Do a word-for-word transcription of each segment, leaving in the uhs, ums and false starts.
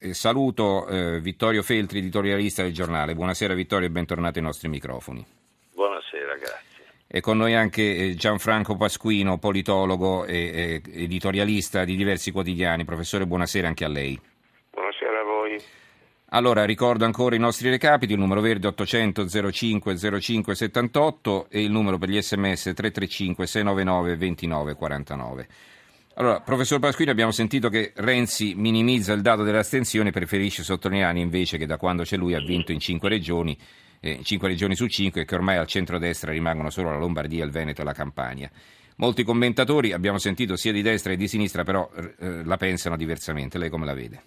Eh, saluto eh, Vittorio Feltri, editorialista del giornale. Buonasera Vittorio e bentornato ai nostri microfoni. Buonasera, grazie. E con noi anche eh, Gianfranco Pasquino, politologo e eh, editorialista di diversi quotidiani. Professore, buonasera anche a lei. Buonasera a voi. Allora, ricordo ancora i nostri recapiti: il numero verde ottocento zero cinque zero cinque settantotto e il numero per gli sms tre tre cinque sei nove nove due nove quattro nove. Allora, professor Pasquini, abbiamo sentito che Renzi minimizza il dato dell'astensione, preferisce sottolineare invece che da quando c'è lui ha vinto in cinque regioni, eh, cinque regioni su cinque, e che ormai al centrodestra rimangono solo la Lombardia, il Veneto e la Campania. Molti commentatori, abbiamo sentito sia di destra che di sinistra, però eh, la pensano diversamente. Lei come la vede?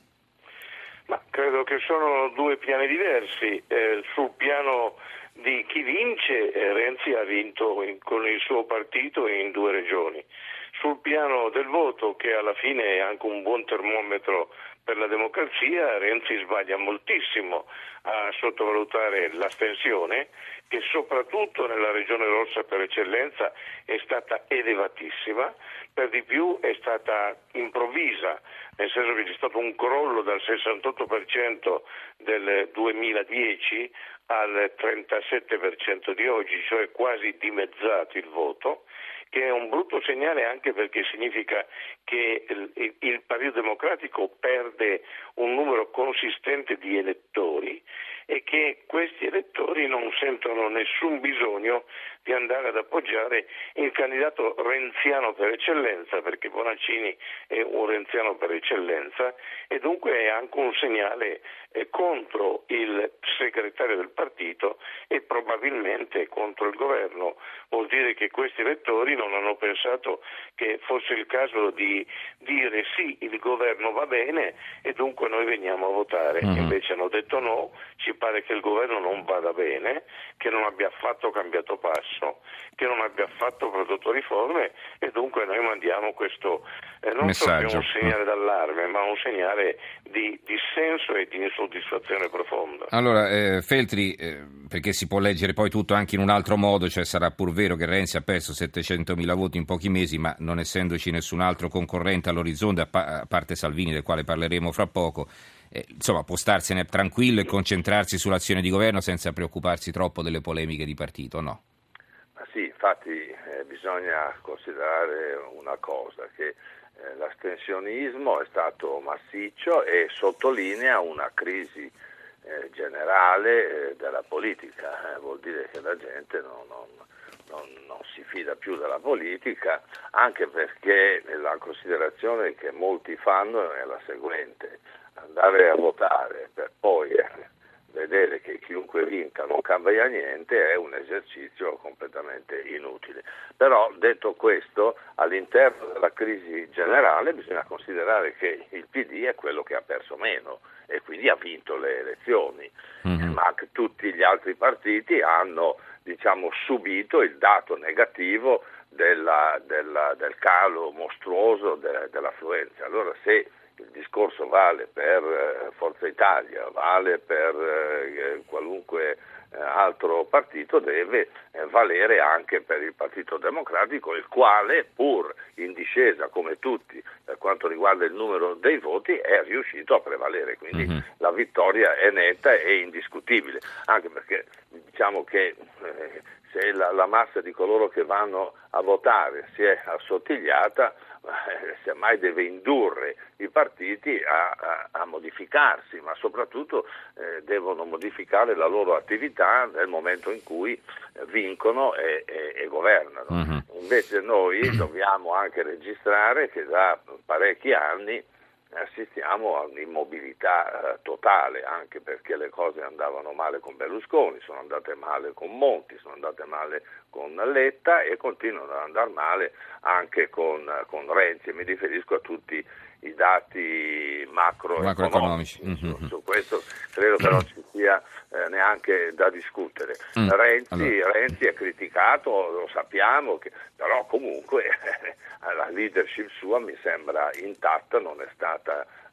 Ma credo che sono due piani diversi. Eh, sul piano di chi vince, eh, Renzi ha vinto in, con il suo partito in due regioni. Sul piano del voto, che alla fine è anche un buon termometro per la democrazia, Renzi sbaglia moltissimo a sottovalutare l'astensione, che soprattutto nella regione rossa per eccellenza è stata elevatissima, per di più è stata improvvisa, nel senso che c'è stato un crollo dal sessantotto per cento del duemiladieci al trentasette per cento di oggi, cioè quasi dimezzato il voto, che è un brutto segnale anche perché significa che il, il Partito Democratico perde un numero consistente di elettori e che questi elettori non sentono nessun bisogno di andare ad appoggiare il candidato renziano per eccellenza, perché Bonaccini è un renziano per eccellenza, e dunque è anche un segnale eh, contro il segretario del partito e probabilmente contro il governo. Vuol dire che questi elettori non hanno pensato che fosse il caso di dire sì, il governo va bene e dunque noi veniamo a votare. Mm-hmm. Invece hanno detto no, ci pare che il governo non vada bene, che non abbia affatto cambiato passo, che non abbia affatto prodotto riforme, e dunque noi mandiamo questo eh, non messaggio. Solo un segnale d'allarme, ma un segnale di dissenso e di insoddisfazione profonda. Allora, eh, Feltri, eh, perché si può leggere poi tutto anche in un altro modo, cioè sarà pur vero che Renzi ha perso settecentomila voti in pochi mesi, ma non essendoci nessun altro concorrente all'orizzonte, a, pa- a parte Salvini, del quale parleremo fra poco, eh, insomma può starsene tranquillo e concentrarsi sull'azione di governo senza preoccuparsi troppo delle polemiche di partito, no? Ma sì, infatti eh, bisogna considerare una cosa, che eh, l'astensionismo è stato massiccio e sottolinea una crisi eh, generale eh, della politica, eh, vuol dire che la gente non, non, non, non si fida più della politica, anche perché la considerazione che molti fanno è la seguente: andare a votare per poi eh, vedere che chiunque vinca non cambia niente è un esercizio completamente inutile. Però, detto questo, all'interno della crisi generale bisogna considerare che il P D è quello che ha perso meno e quindi ha vinto le elezioni, mm-hmm. ma anche tutti gli altri partiti hanno, diciamo, subito il dato negativo della, della, del calo mostruoso de, dell'affluenza. Allora, se il discorso vale per eh, Forza Italia, vale per eh, qualunque eh, altro partito, deve eh, valere anche per il Partito Democratico, il quale, pur in discesa come tutti per quanto riguarda il numero dei voti, è riuscito a prevalere. Quindi mm-hmm. la vittoria è netta e indiscutibile, anche perché diciamo che eh, se la, la massa di coloro che vanno a votare si è assottigliata, eh, semmai deve indurre i partiti a, a, a modificarsi, ma soprattutto eh, devono modificare la loro attività nel momento in cui eh, vincono e, e, e governano. Mm-hmm. Invece noi dobbiamo anche registrare che da parecchi anni assistiamo a un'immobilità eh, totale, anche perché le cose andavano male con Berlusconi, sono andate male con Monti, sono andate male con Letta e continuano ad andare male anche con, con Renzi. Mi riferisco a tutti i dati macroeconomici. macroeconomici. Su, su questo credo che non ci sia eh, neanche da discutere. Mm. Renzi, allora. Renzi è criticato, lo sappiamo, che, però comunque la leadership sua mi sembra intatta, non è stata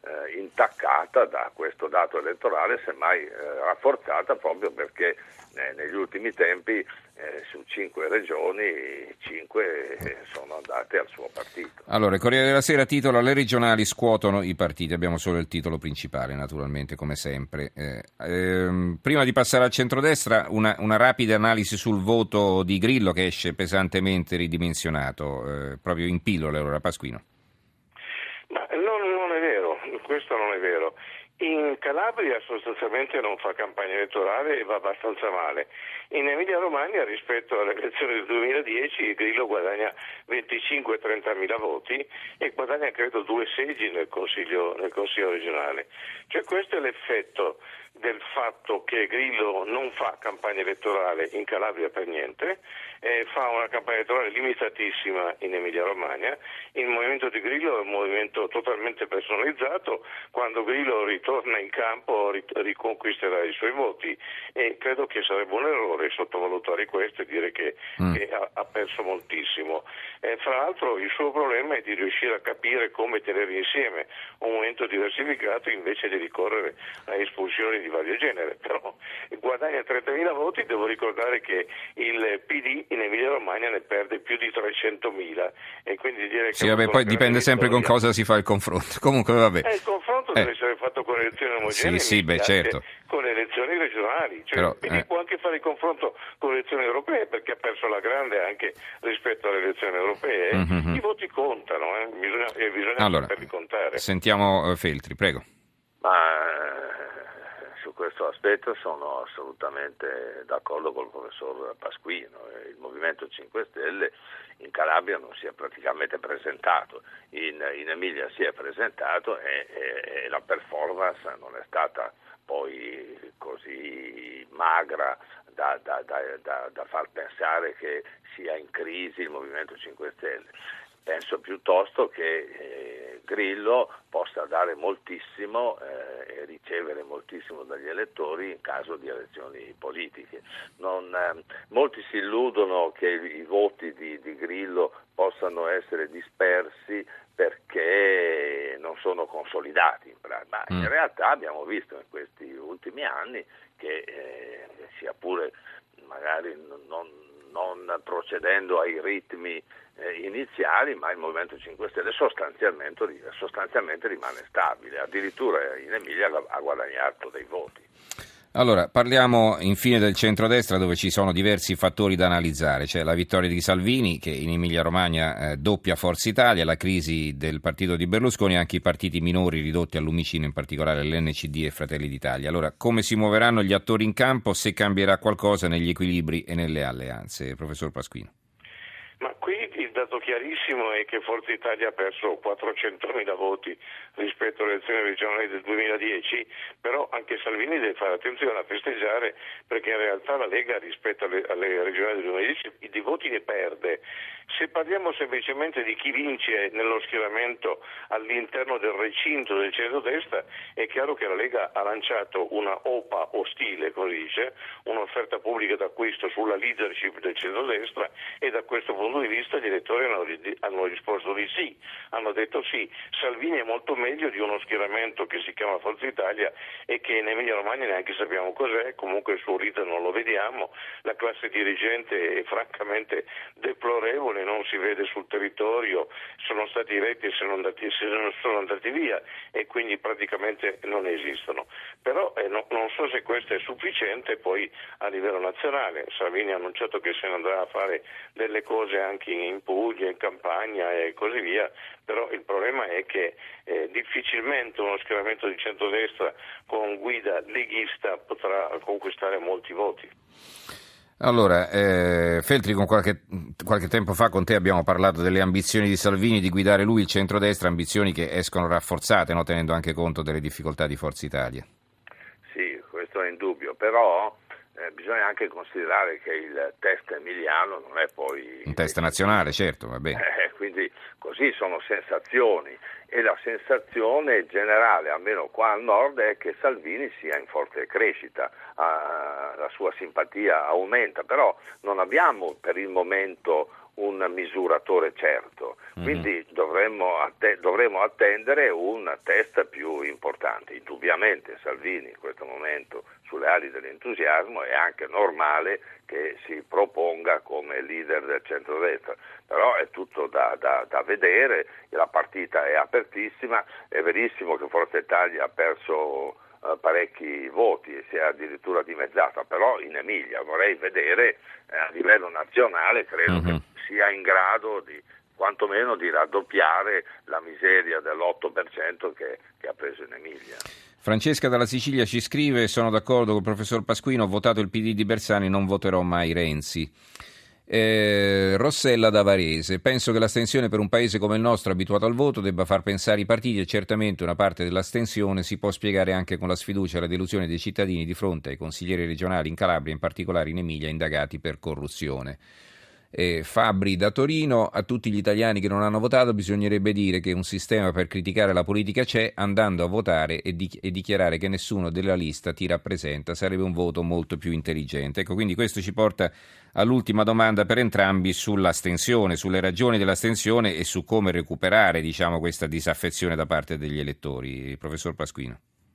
eh, intaccata da questo dato elettorale, semmai eh, rafforzata proprio perché eh, negli ultimi tempi eh, su cinque regioni, cinque eh, sono andate al suo partito. Allora, il Corriere della Sera titola: le regionali scuotono i partiti. Abbiamo solo il titolo principale, naturalmente, come sempre. Eh, ehm, prima di passare al centrodestra, una, una rapida analisi sul voto di Grillo, che esce pesantemente ridimensionato, eh, proprio in pillole. Allora, Pasquino. Ma non, non è vero, questo non è vero. In Calabria sostanzialmente non fa campagna elettorale e va abbastanza male. In Emilia-Romagna rispetto alle elezioni del duemiladieci Grillo guadagna venticinque trenta mila voti e guadagna credo due seggi nel consiglio, nel consiglio regionale. Cioè questo è l'effetto del fatto che Grillo non fa campagna elettorale in Calabria per niente, eh, fa una campagna elettorale limitatissima in Emilia-Romagna. Il movimento di Grillo è un movimento totalmente personalizzato, quando Grillo ritorna in campo riconquisterà i suoi voti e credo che sarebbe un errore sottovalutare questo e dire che, mm. che ha, ha perso moltissimo. Eh, fra l'altro il suo problema è di riuscire a capire come tenere insieme un movimento diversificato invece di ricorrere a espulsioni di vario genere, però guadagna trentamila voti. Devo ricordare che il P D in Emilia Romagna ne perde più di trecentomila e quindi dire che sì, vabbè, poi dipende sempre con cosa si fa il confronto. Comunque vabbè. Eh, il confronto eh. deve essere fatto con elezioni omogenee, sì, sì, beh, certo. con le elezioni regionali, cioè, però, quindi eh. può anche fare il confronto con le elezioni europee perché ha perso la grande anche rispetto alle elezioni europee. Mm-hmm. I voti contano, eh. bisogna, eh, bisogna allora, saperli contare. Sentiamo uh, Feltri, prego. Ma su questo aspetto sono assolutamente d'accordo col professor Pasquino. Il Movimento cinque Stelle in Calabria non si è praticamente presentato, in, in Emilia si è presentato e, e, e la performance non è stata poi così magra da, da, da, da, da far pensare che sia in crisi il Movimento cinque Stelle. Penso piuttosto che eh, Grillo possa dare moltissimo eh, e ricevere moltissimo dagli elettori in caso di elezioni politiche. Non, eh, molti si illudono che i, i voti di, di Grillo possano essere dispersi perché non sono consolidati, ma in realtà abbiamo visto in questi ultimi anni che eh, sia pure magari non, non procedendo ai ritmi eh, iniziali, ma il Movimento cinque Stelle sostanzialmente, sostanzialmente rimane stabile, addirittura in Emilia ha guadagnato dei voti. Allora, parliamo infine del centrodestra, dove ci sono diversi fattori da analizzare. C'è la vittoria di Salvini, che in Emilia-Romagna eh, doppia Forza Italia, la crisi del partito di Berlusconi e anche i partiti minori ridotti al lumicino, in particolare l'N C D e Fratelli d'Italia. Allora, come si muoveranno gli attori in campo, se cambierà qualcosa negli equilibri e nelle alleanze? Professor Pasquino. Ma qui il dato chiarissimo è che Forza Italia ha perso quattrocentomila voti rispetto alle elezioni regionali del duemiladieci, però anche Salvini deve fare attenzione a festeggiare perché in realtà la Lega rispetto alle, alle regionali del duemiladieci di voti ne perde. Se parliamo semplicemente di chi vince nello schieramento all'interno del recinto del centrodestra, è chiaro che la Lega ha lanciato una O P A ostile, così dice, un'offerta pubblica d'acquisto sulla leadership del centrodestra, e da questo punto di vista gli elettori hanno, hanno risposto di sì, hanno detto sì. Salvini è molto meglio di uno schieramento che si chiama Forza Italia e che in Emilia Romagna neanche sappiamo cos'è, comunque il suo leader non lo vediamo, la classe dirigente è francamente deplorevole, non si vede sul territorio, sono stati eletti e sono andati, sono andati via e quindi praticamente non esistono. Però eh, no, non so se questo è sufficiente poi a livello nazionale. Salvini ha annunciato che se ne andrà a fare delle cose anche in Puglia, in Campania e così via, però il problema è che eh, difficilmente uno schieramento di centrodestra con guida leghista potrà conquistare molti voti. Allora, eh, Feltri, con qualche, qualche tempo fa con te abbiamo parlato delle ambizioni di Salvini di guidare lui il centrodestra, ambizioni che escono rafforzate, no? Tenendo anche conto delle difficoltà di Forza Italia. Sì, questo è indubbio, però eh, bisogna anche considerare che il test emiliano non è poi un test nazionale, certo, va bene. Eh, quindi così sono sensazioni. E la sensazione generale, almeno qua al nord, è che Salvini sia in forte crescita, uh, la sua simpatia aumenta, però non abbiamo per il momento un misuratore certo, mm-hmm. quindi dovremmo, att- dovremmo attendere un test più importante. Indubbiamente Salvini in questo momento sulle ali dell'entusiasmo è anche normale che si proponga come leader del centrodestra, però è tutto da, da, da vedere, la partita è apertissima, è verissimo che Forza Italia ha perso Uh, parecchi voti e si è addirittura dimezzata, però in Emilia vorrei vedere eh, a livello nazionale, credo mm-hmm. che sia in grado di quantomeno di raddoppiare la miseria dell'otto per cento che, che ha preso in Emilia. Francesca dalla Sicilia ci scrive: sono d'accordo col professor Pasquino, ho votato il P D di Bersani, non voterò mai Renzi. Eh, Rossella da Varese: penso che l'astensione per un paese come il nostro abituato al voto debba far pensare i partiti e certamente una parte dell'astensione si può spiegare anche con la sfiducia e la delusione dei cittadini di fronte ai consiglieri regionali in Calabria, in particolare in Emilia, indagati per corruzione. Eh, Fabri da Torino: a tutti gli italiani che non hanno votato bisognerebbe dire che un sistema per criticare la politica c'è, andando a votare e, di- e dichiarare che nessuno della lista ti rappresenta, sarebbe un voto molto più intelligente. Ecco, quindi questo ci porta all'ultima domanda per entrambi sull'astensione, sulle ragioni dell'astensione e su come recuperare, diciamo, questa disaffezione da parte degli elettori. Professor Pasquino.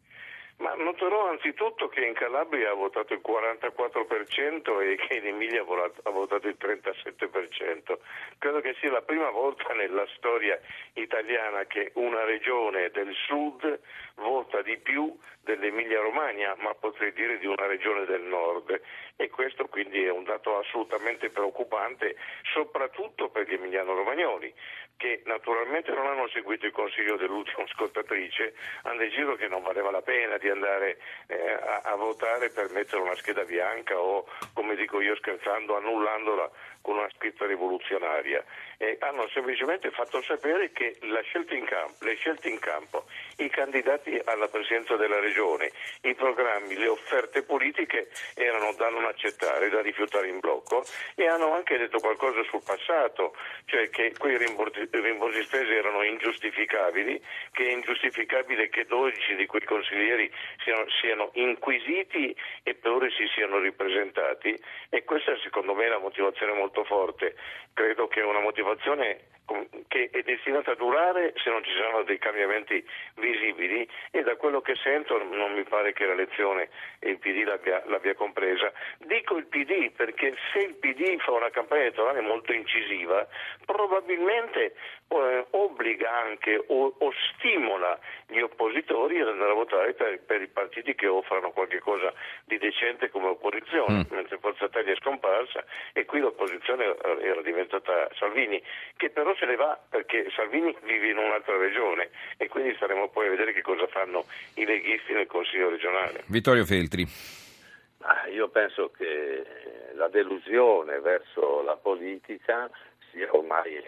Ma noterò anzitutto che in Calabria ha votato il quarantaquattro per cento e che in Emilia ha votato il trentasette per cento. Credo che sia la prima volta nella storia italiana che una regione del sud vota di più dell'Emilia Romagna, ma potrei dire di una regione del nord, e questo quindi è un dato assolutamente preoccupante, soprattutto per gli emiliano-romagnoli, che naturalmente non hanno seguito il consiglio dell'ultima ascoltatrice, hanno deciso che non valeva la pena di andare eh, a, a votare per mettere una scheda bianca o, come dico io scherzando, annullandola con una scritta rivoluzionaria, e hanno semplicemente fatto sapere che la scelta in campo, le scelte in campo, i candidati alla presidenza della regione, i programmi, le offerte politiche erano da non accettare, da rifiutare in blocco, e hanno anche detto qualcosa sul passato, cioè che quei rimborsi, rimborsi spese erano ingiustificabili, che è ingiustificabile che dodici di quei consiglieri siano, siano inquisiti e per ora si siano ripresentati, e questa secondo me è una motivazione molto forte. Credo che è una motivazione che è destinata a durare se non ci saranno dei cambiamenti visibili, e da quello che sento non mi pare che l'elezione e il P D l'abbia, l'abbia compresa. Dico il P D perché se il P D fa una campagna elettorale molto incisiva, probabilmente eh, obbliga anche o, o stimola gli oppositori ad andare a votare per, per i partiti che offrano qualche cosa di decente come opposizione, mm. mentre Forza Italia è scomparsa e qui l'opposizione era diventata Salvini, che però se ne va perché Salvini vive in un'altra regione, e quindi staremo poi a vedere che cosa fanno i leghisti nel Consiglio regionale. Vittorio Feltri. Ah, io penso che la delusione verso la politica sia ormai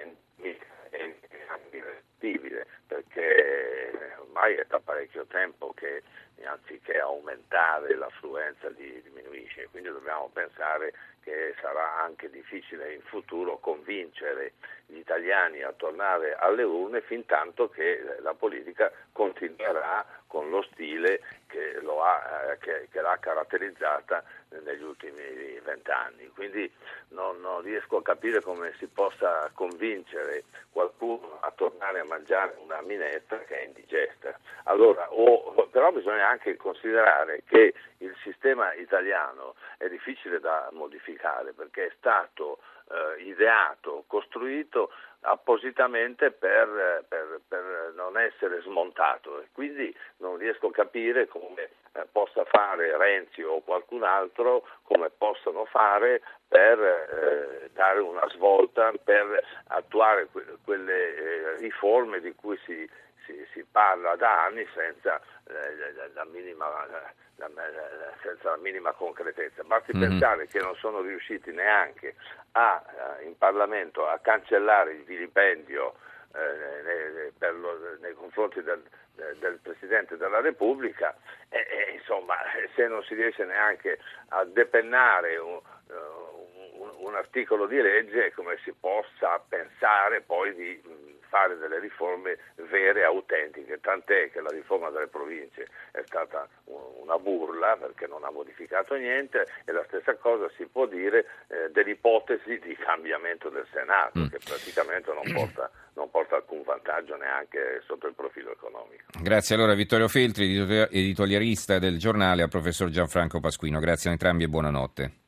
irreversibile, perché ormai è da parecchio tempo che anziché aumentare l'affluenza diminuisce, quindi dobbiamo pensare che sarà anche difficile in futuro convincere gli italiani a tornare alle urne, fin tanto che la politica continuerà con lo stile che, lo ha, che, che l'ha caratterizzata negli ultimi vent'anni. Quindi non, non riesco a capire come si possa convincere qualcuno a tornare a mangiare una minestra che è indigesta. Allora, o, però bisogna anche considerare che il sistema italiano è difficile da modificare, perché è stato eh, ideato, costruito appositamente per, per, per non essere smontato, e quindi non riesco a capire come eh, possa fare Renzi o qualcun altro, come possano fare per eh, dare una svolta, per attuare que- quelle eh, riforme di cui si, si, si parla da anni senza eh, la, la minima la, la, senza la minima concretezza. Basti mm-hmm. pensare che non sono riusciti neanche a, in Parlamento a cancellare il vilipendio eh, nei, per lo, nei confronti del, del Presidente della Repubblica, e, e insomma, se non si riesce neanche a depennare un, un, un articolo di legge, come si possa pensare poi di fare delle riforme vere e autentiche, tant'è che la riforma delle province è stata una burla perché non ha modificato niente, e la stessa cosa si può dire eh, dell'ipotesi di cambiamento del Senato, mm. che praticamente non porta, non porta alcun vantaggio neanche sotto il profilo economico. Grazie allora a Vittorio Feltri, editorialista del Giornale, al professor Gianfranco Pasquino. Grazie a entrambi e buonanotte.